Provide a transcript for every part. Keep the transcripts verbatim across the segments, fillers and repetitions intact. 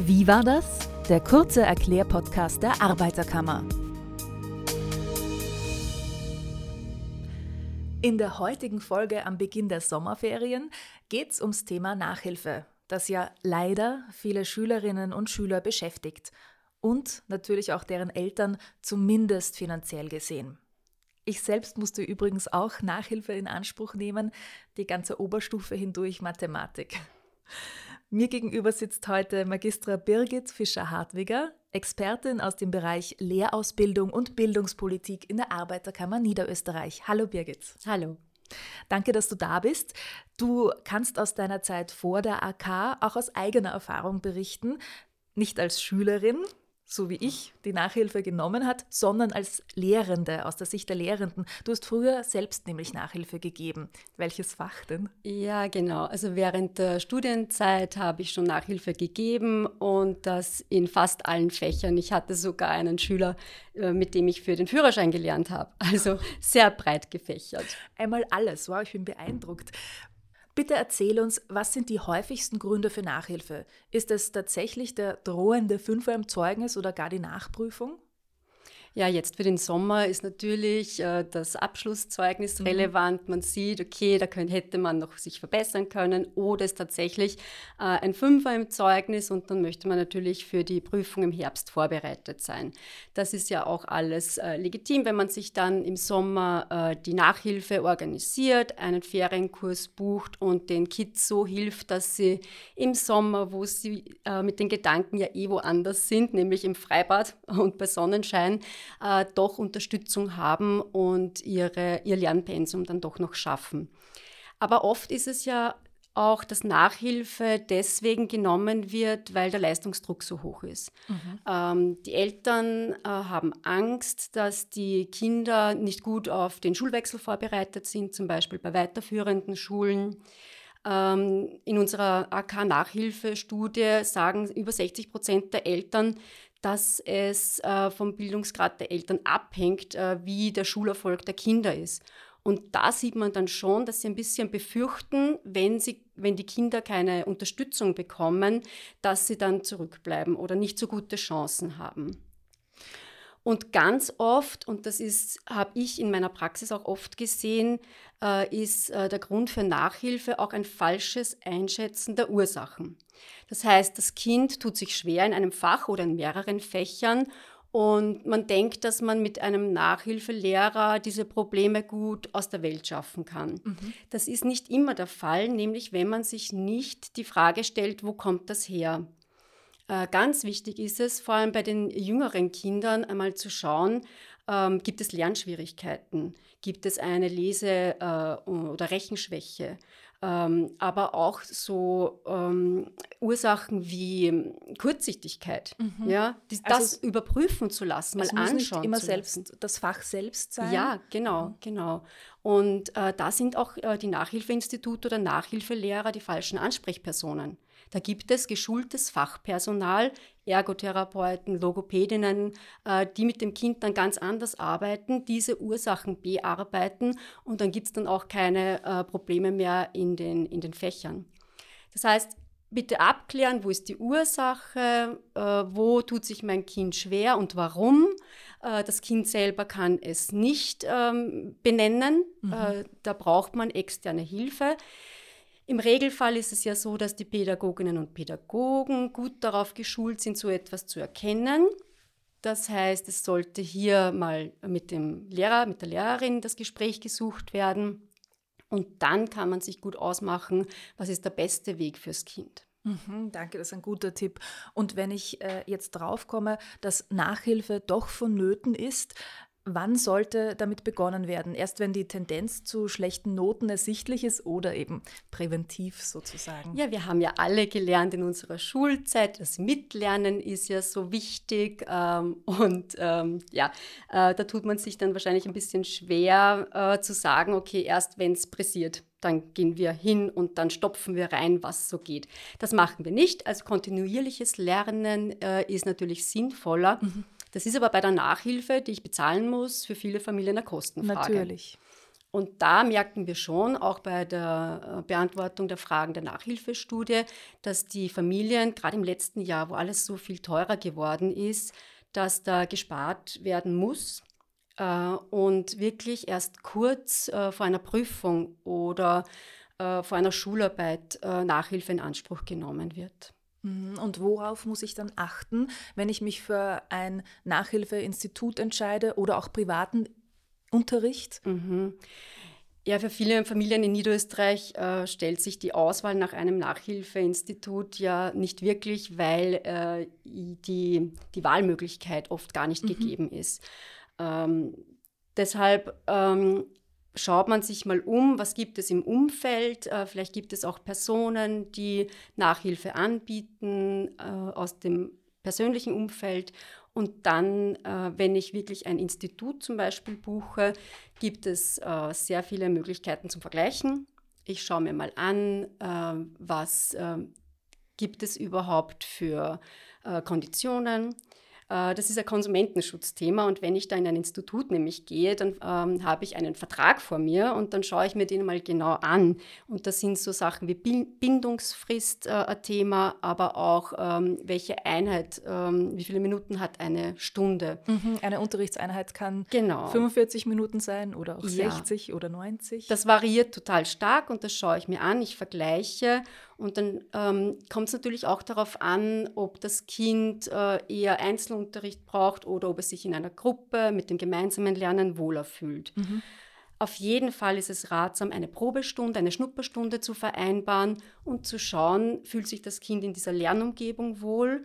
Wie war das? Der kurze Erklärpodcast der Arbeiterkammer. In der heutigen Folge am Beginn der Sommerferien geht es ums Thema Nachhilfe, das ja leider viele Schülerinnen und Schüler beschäftigt und natürlich auch deren Eltern, zumindest finanziell gesehen. Ich selbst musste übrigens auch Nachhilfe in Anspruch nehmen, die ganze Oberstufe hindurch Mathematik. Mir gegenüber sitzt heute Magistra Birgit Fischer-Hartwiger, Expertin aus dem Bereich Lehrausbildung und Bildungspolitik in der Arbeiterkammer Niederösterreich. Hallo Birgit. Hallo. Danke, dass du da bist. Du kannst aus deiner Zeit vor der A K auch aus eigener Erfahrung berichten, nicht als Schülerin, so wie ich die Nachhilfe genommen hat, sondern als Lehrende, aus der Sicht der Lehrenden. Du hast früher selbst nämlich Nachhilfe gegeben. Welches Fach denn? Ja, genau. Also während der Studienzeit habe ich schon Nachhilfe gegeben und das in fast allen Fächern. Ich hatte sogar einen Schüler, mit dem ich für den Führerschein gelernt habe. Also sehr breit gefächert. Einmal alles. Wow, ich bin beeindruckt. Bitte erzähl uns, was sind die häufigsten Gründe für Nachhilfe? Ist es tatsächlich der drohende Fünfer im Zeugnis oder gar die Nachprüfung? Ja, jetzt für den Sommer ist natürlich äh, das Abschlusszeugnis Mhm. relevant. Man sieht, okay, da könnt, hätte man noch sich verbessern können. Oder es ist tatsächlich äh, ein Fünfer im Zeugnis und dann möchte man natürlich für die Prüfung im Herbst vorbereitet sein. Das ist ja auch alles äh, legitim, wenn man sich dann im Sommer äh, die Nachhilfe organisiert, einen Ferienkurs bucht und den Kids so hilft, dass sie im Sommer, wo sie äh, mit den Gedanken ja eh woanders sind, nämlich im Freibad und bei Sonnenschein, Äh, doch Unterstützung haben und ihre, ihr Lernpensum dann doch noch schaffen. Aber oft ist es ja auch, dass Nachhilfe deswegen genommen wird, weil der Leistungsdruck so hoch ist. Mhm. Ähm, die Eltern äh, haben Angst, dass die Kinder nicht gut auf den Schulwechsel vorbereitet sind, zum Beispiel bei weiterführenden Schulen. Ähm, in unserer A K-Nachhilfestudie sagen über sechzig Prozent der Eltern, dass es äh, vom Bildungsgrad der Eltern abhängt, äh, wie der Schulerfolg der Kinder ist. Und da sieht man dann schon, dass sie ein bisschen befürchten, wenn, sie, wenn die Kinder keine Unterstützung bekommen, dass sie dann zurückbleiben oder nicht so gute Chancen haben. Und ganz oft, und das ist, habe ich in meiner Praxis auch oft gesehen, äh, ist äh, der Grund für Nachhilfe auch ein falsches Einschätzen der Ursachen. Das heißt, das Kind tut sich schwer in einem Fach oder in mehreren Fächern und man denkt, dass man mit einem Nachhilfelehrer diese Probleme gut aus der Welt schaffen kann. Mhm. Das ist nicht immer der Fall, nämlich wenn man sich nicht die Frage stellt, wo kommt das her? Äh, ganz wichtig ist es, vor allem bei den jüngeren Kindern einmal zu schauen, ähm, gibt es Lernschwierigkeiten, gibt es eine Lese- äh, oder Rechenschwäche, ähm, aber auch so ähm, Ursachen wie Kurzsichtigkeit, Mhm. ja, die, Also das es- überprüfen zu lassen, mal Es muss nicht anschauen immer zu selbst lassen. das Fach selbst sein. Ja, genau, genau. Und äh, da sind auch äh, die Nachhilfeinstitute oder Nachhilfelehrer die falschen Ansprechpersonen. Da gibt es geschultes Fachpersonal, Ergotherapeuten, Logopädinnen, äh, die mit dem Kind dann ganz anders arbeiten, diese Ursachen bearbeiten und dann gibt es dann auch keine äh, Probleme mehr in den, in den Fächern. Das heißt, bitte abklären, wo ist die Ursache, äh, wo tut sich mein Kind schwer und warum. Äh, das Kind selber kann es nicht ähm, benennen, Mhm. äh, da braucht man externe Hilfe. Im Regelfall ist es ja so, dass die Pädagoginnen und Pädagogen gut darauf geschult sind, so etwas zu erkennen. Das heißt, es sollte hier mal mit dem Lehrer, mit der Lehrerin das Gespräch gesucht werden. Und dann kann man sich gut ausmachen, was ist der beste Weg fürs Kind. Mhm, danke, das ist ein guter Tipp. Und wenn ich äh, jetzt draufkomme, dass Nachhilfe doch vonnöten ist, wann sollte damit begonnen werden? Erst wenn die Tendenz zu schlechten Noten ersichtlich ist oder eben präventiv sozusagen? Ja, wir haben ja alle gelernt in unserer Schulzeit, das Mitlernen ist ja so wichtig ähm, und ähm, ja, äh, da tut man sich dann wahrscheinlich ein bisschen schwer äh, zu sagen, okay, erst wenn es pressiert, dann gehen wir hin und dann stopfen wir rein, was so geht. Das machen wir nicht. Also kontinuierliches Lernen äh, ist natürlich sinnvoller. Mhm. Das ist aber bei der Nachhilfe, die ich bezahlen muss, für viele Familien eine Kostenfrage. Natürlich. Und da merken wir schon, auch bei der Beantwortung der Fragen der Nachhilfestudie, dass die Familien, gerade im letzten Jahr, wo alles so viel teurer geworden ist, dass da gespart werden muss äh, und wirklich erst kurz äh, vor einer Prüfung oder äh, vor einer Schularbeit äh, Nachhilfe in Anspruch genommen wird. Und worauf muss ich dann achten, wenn ich mich für ein Nachhilfeinstitut entscheide oder auch privaten Unterricht? Mhm. Ja, für viele Familien in Niederösterreich äh, stellt sich die Auswahl nach einem Nachhilfeinstitut ja nicht wirklich, weil äh, die, die Wahlmöglichkeit oft gar nicht mhm. gegeben ist. Ähm, deshalb ähm, schaut man sich mal um, was gibt es im Umfeld. Äh, vielleicht gibt es auch Personen, die Nachhilfe anbieten äh, aus dem persönlichen Umfeld. Und dann, äh, wenn ich wirklich ein Institut zum Beispiel buche, gibt es äh, sehr viele Möglichkeiten zum Vergleichen. Ich schaue mir mal an, äh, was äh, gibt es überhaupt für äh, Konditionen. Äh, das ist ein Konsumentenschutzthema und wenn ich da in ein Institut nämlich gehe, dann ähm, habe ich einen Vertrag vor mir und dann schaue ich mir den mal genau an. Und da sind so Sachen wie Bindungsfrist äh, ein Thema, aber auch ähm, welche Einheit, ähm, wie viele Minuten hat eine Stunde. Mhm, eine Unterrichtseinheit kann genau. fünfundvierzig Minuten sein oder auch ja. sechzig oder neunzig. Das variiert total stark und das schaue ich mir an, ich vergleiche und dann ähm, kommt es natürlich auch darauf an, ob das Kind äh, eher Einzelunterricht braucht oder ob es sich in einer Gruppe mit dem gemeinsamen Lernen wohler fühlt. Mhm. Auf jeden Fall ist es ratsam, eine Probestunde, eine Schnupperstunde zu vereinbaren und zu schauen, fühlt sich das Kind in dieser Lernumgebung wohl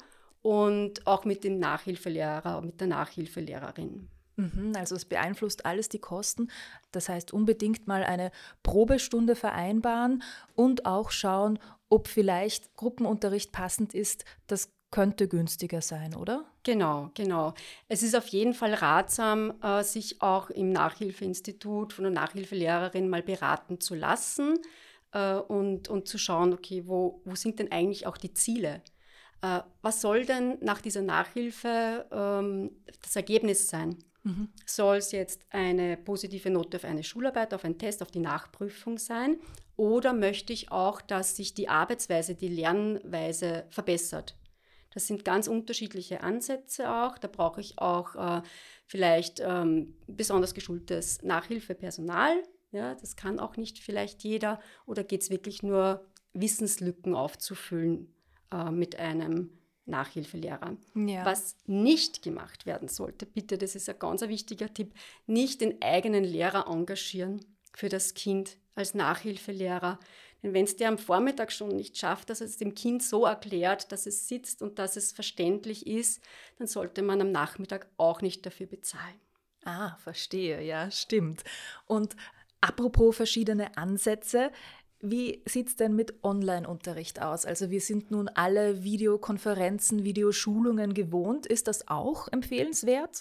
und auch mit dem Nachhilfelehrer, mit der Nachhilfelehrerin. Also es beeinflusst alles die Kosten. Das heißt, unbedingt mal eine Probestunde vereinbaren und auch schauen, ob vielleicht Gruppenunterricht passend ist. Das könnte günstiger sein, oder? Genau, genau. Es ist auf jeden Fall ratsam, äh, sich auch im Nachhilfeinstitut von der Nachhilfelehrerin mal beraten zu lassen äh, und, und zu schauen, okay, wo, wo sind denn eigentlich auch die Ziele? Äh, was soll denn nach dieser Nachhilfe ähm, das Ergebnis sein? Mhm. Soll es jetzt eine positive Note auf eine Schularbeit, auf einen Test, auf die Nachprüfung sein? Oder möchte ich auch, dass sich die Arbeitsweise, die Lernweise verbessert? Das sind ganz unterschiedliche Ansätze auch. Da brauche ich auch äh, vielleicht ähm, besonders geschultes Nachhilfepersonal. Ja, das kann auch nicht vielleicht jeder. Oder geht es wirklich nur, Wissenslücken aufzufüllen äh, mit einem Nachhilfelehrer. Ja. Was nicht gemacht werden sollte, bitte, das ist ein ganz wichtiger Tipp, nicht den eigenen Lehrer engagieren für das Kind als Nachhilfelehrer. Denn wenn es der am Vormittag schon nicht schafft, dass es dem Kind so erklärt, dass es sitzt und dass es verständlich ist, dann sollte man am Nachmittag auch nicht dafür bezahlen. Ah, verstehe, ja, stimmt. Und apropos verschiedene Ansätze, wie sieht es denn mit Online-Unterricht aus? Also wir sind nun alle Videokonferenzen, Videoschulungen gewohnt. Ist das auch empfehlenswert?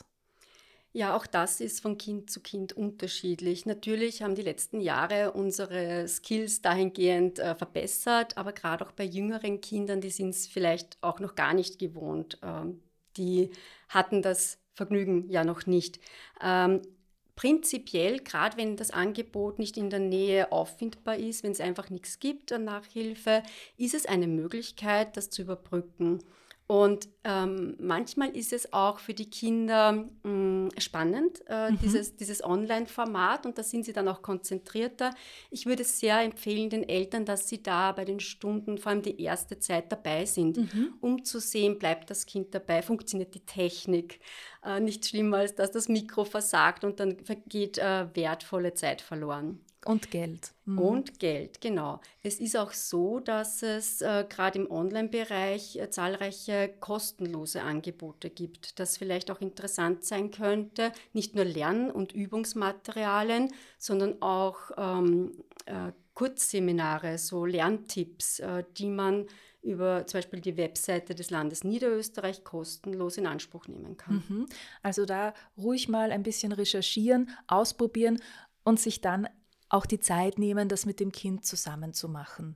Ja, auch das ist von Kind zu Kind unterschiedlich. Natürlich haben die letzten Jahre unsere Skills dahingehend äh, verbessert, aber gerade auch bei jüngeren Kindern, die sind es vielleicht auch noch gar nicht gewohnt. Ähm, die hatten das Vergnügen ja noch nicht. Ähm, Prinzipiell, gerade wenn das Angebot nicht in der Nähe auffindbar ist, wenn es einfach nichts gibt an Nachhilfe, ist es eine Möglichkeit, das zu überbrücken. Und ähm, manchmal ist es auch für die Kinder mh, spannend, äh, mhm. dieses, dieses Online-Format, und da sind sie dann auch konzentrierter. Ich würde sehr empfehlen den Eltern, dass sie da bei den Stunden, vor allem die erste Zeit, dabei sind, mhm. um zu sehen, bleibt das Kind dabei, funktioniert die Technik. Äh, nichts schlimmer als dass das Mikro versagt und dann geht äh, wertvolle Zeit verloren. Und Geld. Mhm. Und Geld, genau. Es ist auch so, dass es äh, gerade im Online-Bereich äh, zahlreiche kostenlose Angebote gibt, das vielleicht auch interessant sein könnte. Nicht nur Lern- und Übungsmaterialien, sondern auch ähm, äh, Kurzseminare, so Lerntipps, äh, die man über zum Beispiel die Webseite des Landes Niederösterreich kostenlos in Anspruch nehmen kann. Mhm. Also da ruhig mal ein bisschen recherchieren, ausprobieren und sich dann auch die Zeit nehmen, das mit dem Kind zusammen zu machen.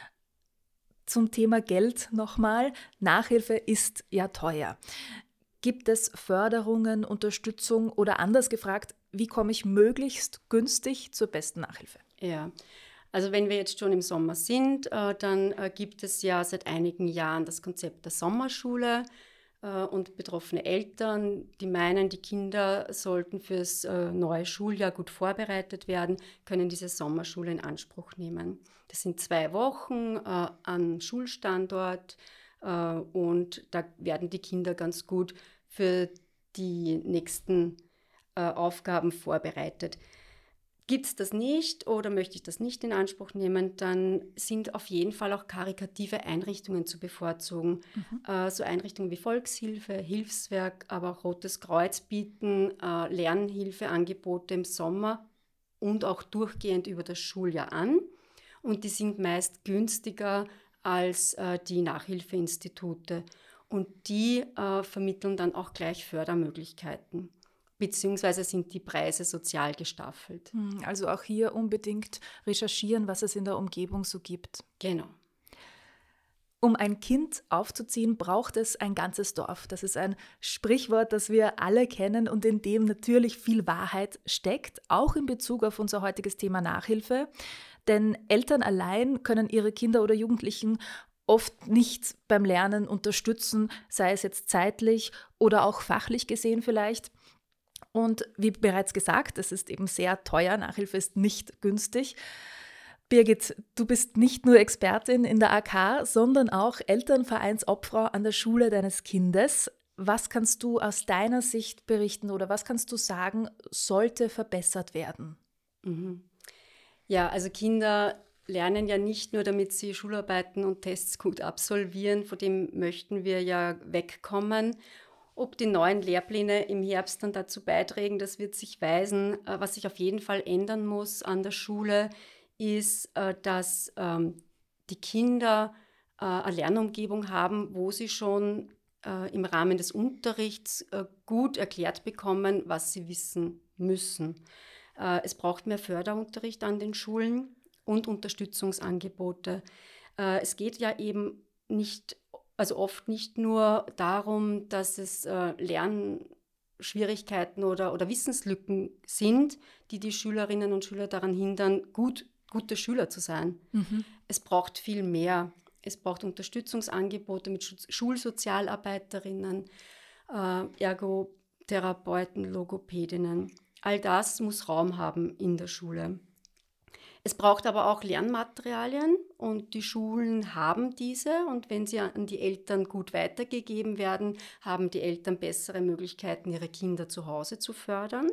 Zum Thema Geld nochmal. Nachhilfe ist ja teuer. Gibt es Förderungen, Unterstützung oder anders gefragt, wie komme ich möglichst günstig zur besten Nachhilfe? Ja, also wenn wir jetzt schon im Sommer sind, äh, dann äh, gibt es ja seit einigen Jahren das Konzept der Sommerschule äh, und betroffene Eltern, die meinen, die Kinder sollten fürs äh, neue Schuljahr gut vorbereitet werden, können diese Sommerschule in Anspruch nehmen. Das sind zwei Wochen äh, am Schulstandort äh, und da werden die Kinder ganz gut für die nächsten äh, Aufgaben vorbereitet. Gibt es das nicht oder möchte ich das nicht in Anspruch nehmen, dann sind auf jeden Fall auch karitative Einrichtungen zu bevorzugen. Mhm. Äh, so Einrichtungen wie Volkshilfe, Hilfswerk, aber auch Rotes Kreuz bieten äh, Lernhilfeangebote im Sommer und auch durchgehend über das Schuljahr an. Und die sind meist günstiger als äh, die Nachhilfeinstitute. Und die äh, vermitteln dann auch gleich Fördermöglichkeiten. Beziehungsweise sind die Preise sozial gestaffelt. Also auch hier unbedingt recherchieren, was es in der Umgebung so gibt. Genau. Um ein Kind aufzuziehen, braucht es ein ganzes Dorf. Das ist ein Sprichwort, das wir alle kennen und in dem natürlich viel Wahrheit steckt, auch in Bezug auf unser heutiges Thema Nachhilfe. Denn Eltern allein können ihre Kinder oder Jugendlichen oft nicht beim Lernen unterstützen, sei es jetzt zeitlich oder auch fachlich gesehen vielleicht. Und wie bereits gesagt, es ist eben sehr teuer, Nachhilfe ist nicht günstig. Birgit, du bist nicht nur Expertin in der A K, sondern auch Elternvereinsobfrau an der Schule deines Kindes. Was kannst du aus deiner Sicht berichten oder was kannst du sagen, sollte verbessert werden? Mhm. Ja, also Kinder lernen ja nicht nur, damit sie Schularbeiten und Tests gut absolvieren, von dem möchten wir ja wegkommen. Ob die neuen Lehrpläne im Herbst dann dazu beitragen, das wird sich weisen. Was sich auf jeden Fall ändern muss an der Schule, ist, dass die Kinder eine Lernumgebung haben, wo sie schon im Rahmen des Unterrichts gut erklärt bekommen, was sie wissen müssen. Es braucht mehr Förderunterricht an den Schulen und Unterstützungsangebote. Es geht ja eben nicht Also oft nicht nur darum, dass es äh, Lernschwierigkeiten oder, oder Wissenslücken sind, die die Schülerinnen und Schüler daran hindern, gut, gute Schüler zu sein. Mhm. Es braucht viel mehr. Es braucht Unterstützungsangebote mit Schulsozialarbeiterinnen, äh, Ergotherapeuten, Logopädinnen. All das muss Raum haben in der Schule. Es braucht aber auch Lernmaterialien und die Schulen haben diese und wenn sie an die Eltern gut weitergegeben werden, haben die Eltern bessere Möglichkeiten, ihre Kinder zu Hause zu fördern.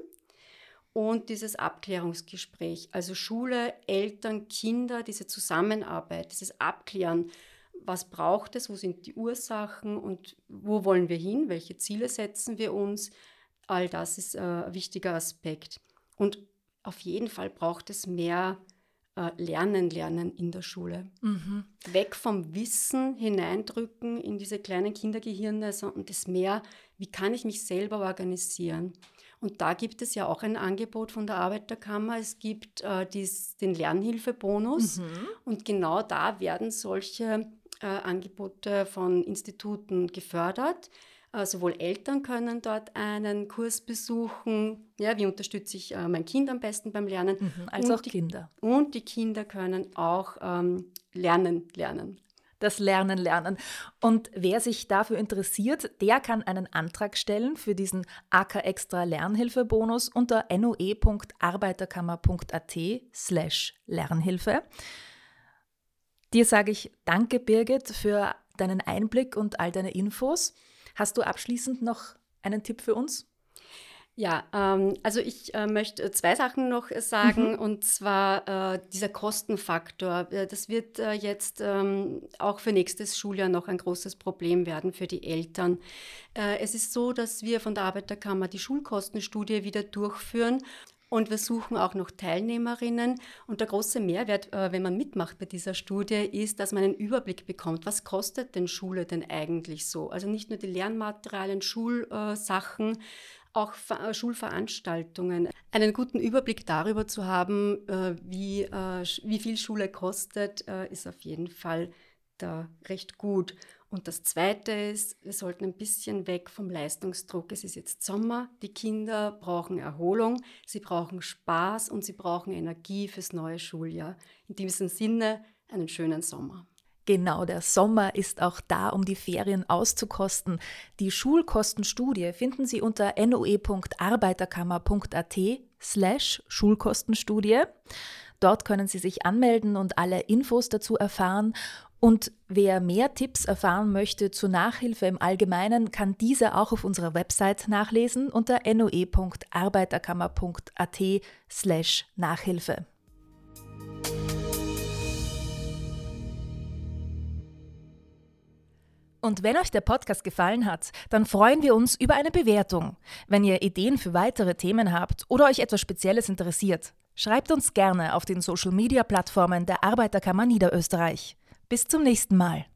Und dieses Abklärungsgespräch, also Schule, Eltern, Kinder, diese Zusammenarbeit, dieses Abklären, was braucht es, wo sind die Ursachen und wo wollen wir hin, welche Ziele setzen wir uns, all das ist äh, ein wichtiger Aspekt. Und auf jeden Fall braucht es mehr Lernen, Lernen in der Schule. Mhm. Weg vom Wissen hineindrücken in diese kleinen Kindergehirne und das mehr, wie kann ich mich selber organisieren? Und da gibt es ja auch ein Angebot von der Arbeiterkammer. Es gibt äh, dies, den Lernhilfebonus mhm. und genau da werden solche äh, Angebote von Instituten gefördert. Sowohl Eltern können dort einen Kurs besuchen, ja, wie unterstütze ich äh, mein Kind am besten beim Lernen. Mhm, als und auch die, Kinder. Und die Kinder können auch ähm, lernen, lernen. Das Lernen, Lernen. Und wer sich dafür interessiert, der kann einen Antrag stellen für diesen A K Extra Lernhilfebonus unter noe.arbeiterkammer.at slash Lernhilfe. Dir sage ich danke, Birgit, für deinen Einblick und all deine Infos. Hast du abschließend noch einen Tipp für uns? Ja, ähm, also ich äh, möchte zwei Sachen noch sagen, mhm. und zwar äh, dieser Kostenfaktor. Das wird äh, jetzt ähm, auch für nächstes Schuljahr noch ein großes Problem werden für die Eltern. Äh, es ist so, dass wir von der Arbeiterkammer die Schulkostenstudie wieder durchführen. Und wir suchen auch noch Teilnehmerinnen. Und der große Mehrwert, äh, wenn man mitmacht bei dieser Studie, ist, dass man einen Überblick bekommt. Was kostet denn Schule denn eigentlich so? Also nicht nur die Lernmaterialien, Schulsachen, auch Ver- Schulveranstaltungen. Einen guten Überblick darüber zu haben, äh, wie, äh, wie viel Schule kostet, äh, ist auf jeden Fall da recht gut. Und das Zweite ist, wir sollten ein bisschen weg vom Leistungsdruck. Es ist jetzt Sommer, die Kinder brauchen Erholung, sie brauchen Spaß und sie brauchen Energie fürs neue Schuljahr. In diesem Sinne einen schönen Sommer. Genau, der Sommer ist auch da, um die Ferien auszukosten. Die Schulkostenstudie finden Sie unter noe.arbeiterkammer.at slash Schulkostenstudie. Dort können Sie sich anmelden und alle Infos dazu erfahren. Und wer mehr Tipps erfahren möchte zur Nachhilfe im Allgemeinen, kann diese auch auf unserer Website nachlesen unter noe.arbeiterkammer.at slash Nachhilfe. Und wenn euch der Podcast gefallen hat, dann freuen wir uns über eine Bewertung. Wenn ihr Ideen für weitere Themen habt oder euch etwas Spezielles interessiert, schreibt uns gerne auf den Social-Media-Plattformen der Arbeiterkammer Niederösterreich. Bis zum nächsten Mal.